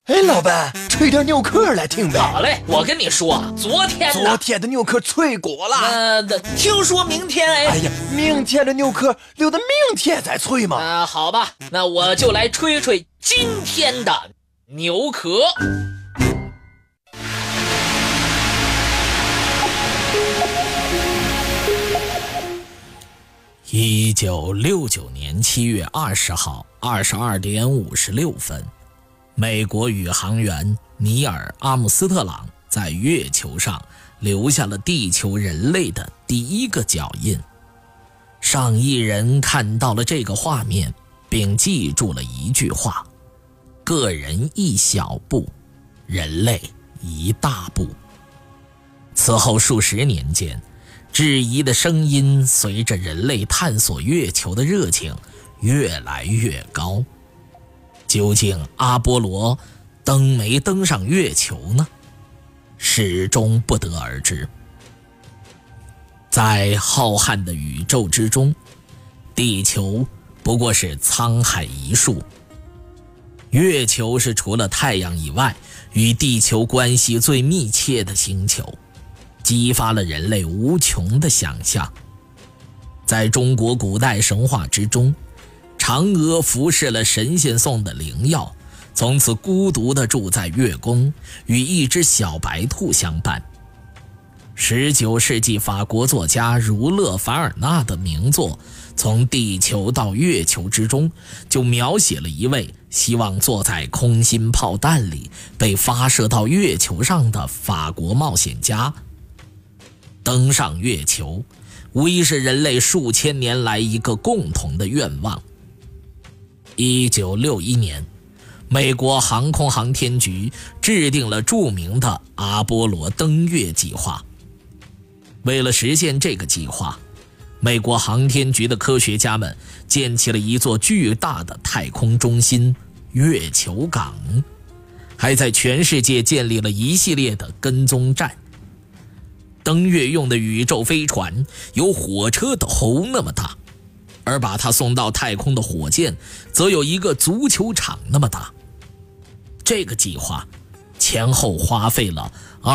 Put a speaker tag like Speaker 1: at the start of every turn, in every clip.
Speaker 1: 哎，老板，吹点牛壳来听呗。
Speaker 2: 好嘞，我跟你说，昨天的
Speaker 1: 牛壳脆果了。
Speaker 2: 听说明天
Speaker 1: 哎呀，明天的牛壳留到明天再吹嘛。
Speaker 2: 好吧，那我就来吹吹今天的牛壳。1969年7月20号22点56分，美国宇航员尼尔·阿姆斯特朗在月球上留下了地球人类的第一个脚印。上亿人看到了这个画面，并记住了一句话：个人一小步，人类一大步。此后数十年间，质疑的声音随着人类探索月球的热情越来越高。究竟阿波罗登没登上月球呢？始终不得而知。在浩瀚的宇宙之中，地球不过是沧海一粟。月球是除了太阳以外与地球关系最密切的星球，激发了人类无穷的想象。在中国古代神话之中，嫦娥服侍了神仙送的灵药，从此孤独地住在月宫，与一只小白兔相伴。19世纪法国作家儒勒·凡尔纳的名作《从地球到月球》之中，就描写了一位希望坐在空心炮弹里被发射到月球上的法国冒险家。登上月球无疑是人类数千年来一个共同的愿望。1961年，美国航空航天局制定了著名的阿波罗登月计划。为了实现这个计划，美国航天局的科学家们建起了一座巨大的太空中心——月球港，还在全世界建立了一系列的跟踪站。登月用的宇宙飞船有火车的喉那么大，而把它送到太空的火箭则有一个足球场那么大。这个计划前后花费了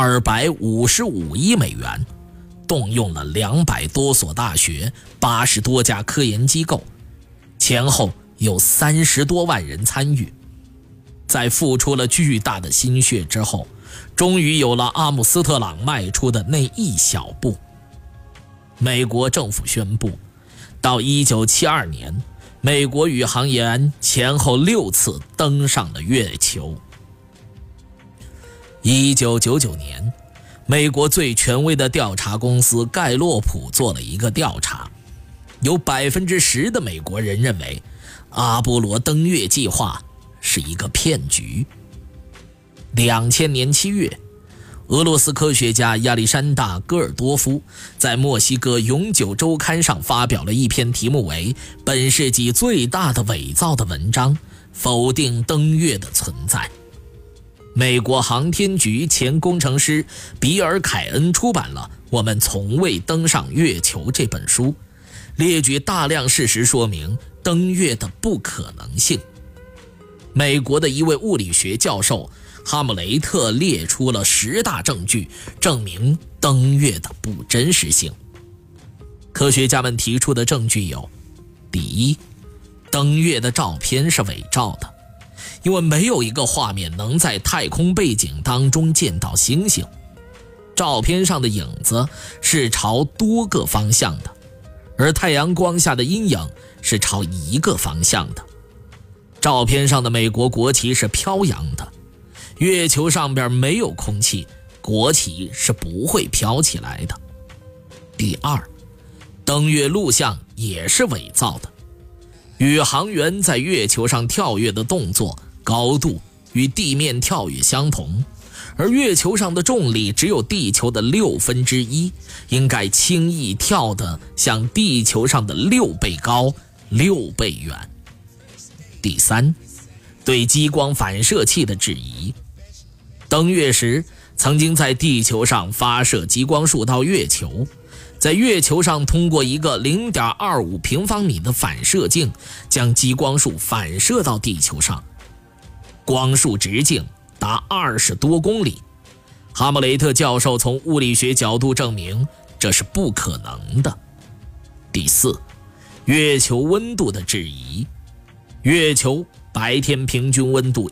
Speaker 2: 255亿美元，动用了200多所大学、80多家科研机构，前后有30多万人参与。在付出了巨大的心血之后，终于有了阿姆斯特朗迈出的那一小步。美国政府宣布，到1972年，美国宇航员前后6次登上了月球。1999年，美国最权威的调查公司盖洛普做了一个调查，有 10% 的美国人认为阿波罗登月计划是一个骗局。2000年7月，俄罗斯科学家亚历山大·戈尔多夫在墨西哥永久周刊上发表了一篇题目为《本世纪最大的伪造》的文章，否定登月的存在。美国航天局前工程师比尔·凯恩出版了《我们从未登上月球》这本书，列举大量事实说明登月的不可能性。美国的一位物理学教授哈姆雷特列出了10大证据，证明登月的不真实性。科学家们提出的证据有：第一，登月的照片是伪造的，因为没有一个画面能在太空背景当中见到星星。照片上的影子是朝多个方向的，而太阳光下的阴影是朝一个方向的。照片上的美国国旗是飘扬的，月球上边没有空气，国旗是不会飘起来的。第二，登月录像也是伪造的，宇航员在月球上跳跃的动作高度与地面跳跃相同，而月球上的重力只有地球的1/6，应该轻易跳得像地球上的6倍高、6倍远。第三，对激光反射器的质疑。登月时曾经在地球上发射激光束到月球，在月球上通过一个 0.25 平方米的反射镜将激光束反射到地球上。光束直径达20多公里。哈姆雷特教授从物理学角度证明这是不可能的。第4，月球温度的质疑。月球白天平均温度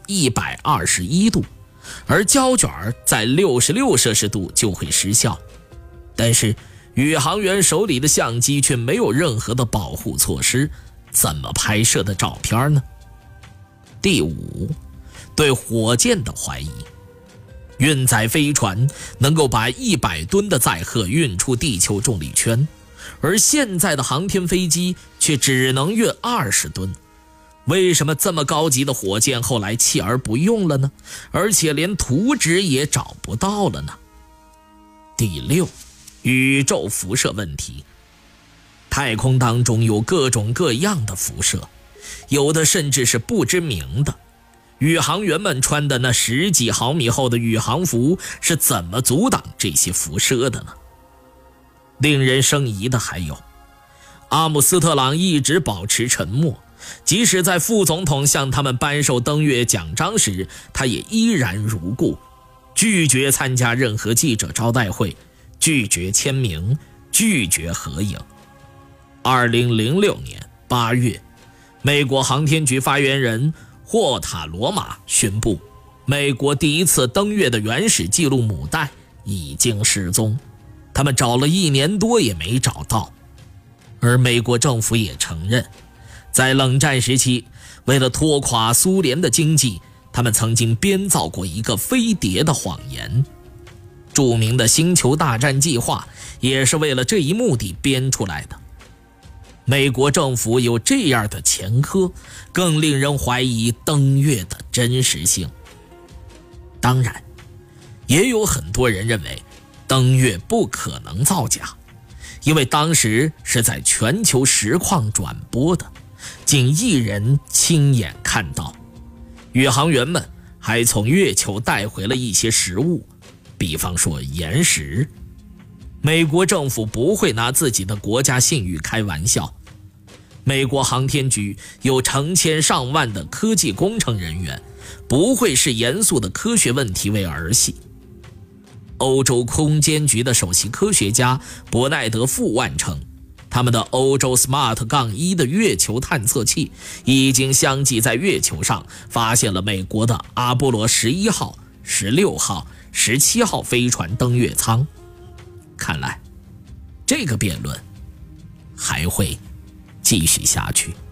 Speaker 2: 121度，而胶卷在66摄氏度就会失效。但是宇航员手里的相机却没有任何的保护措施，怎么拍摄的照片呢？第5，对火箭的怀疑。运载飞船能够把100吨的载荷运出地球重力圈，而现在的航天飞机却只能运20吨。为什么这么高级的火箭后来弃而不用了呢？而且连图纸也找不到了呢？第6，宇宙辐射问题。太空当中有各种各样的辐射，有的甚至是不知名的。宇航员们穿的那10几毫米厚的宇航服是怎么阻挡这些辐射的呢？令人生疑的还有，阿姆斯特朗一直保持沉默，即使在副总统向他们颁授登月奖章时，他也依然如故，拒绝参加任何记者招待会，拒绝签名，拒绝合影。2006年8月，美国航天局发言人霍塔罗马宣布，美国第一次登月的原始记录母带已经失踪，他们找了1年多也没找到。而美国政府也承认，在冷战时期，为了拖垮苏联的经济，他们曾经编造过一个飞碟的谎言。著名的星球大战计划也是为了这一目的编出来的。美国政府有这样的前科，更令人怀疑登月的真实性。当然，也有很多人认为登月不可能造假，因为当时是在全球实况转播的，仅1人亲眼看到。宇航员们还从月球带回了一些食物，比方说岩石。美国政府不会拿自己的国家信誉开玩笑。美国航天局有成千上万的科技工程人员，不会视严肃的科学问题为儿戏。欧洲空间局的首席科学家伯奈德·富万称，他们的欧洲 SMART-1 的月球探测器已经相继在月球上发现了美国的阿波罗11号、16号、17号飞船登月舱。看来，这个辩论还会继续下去。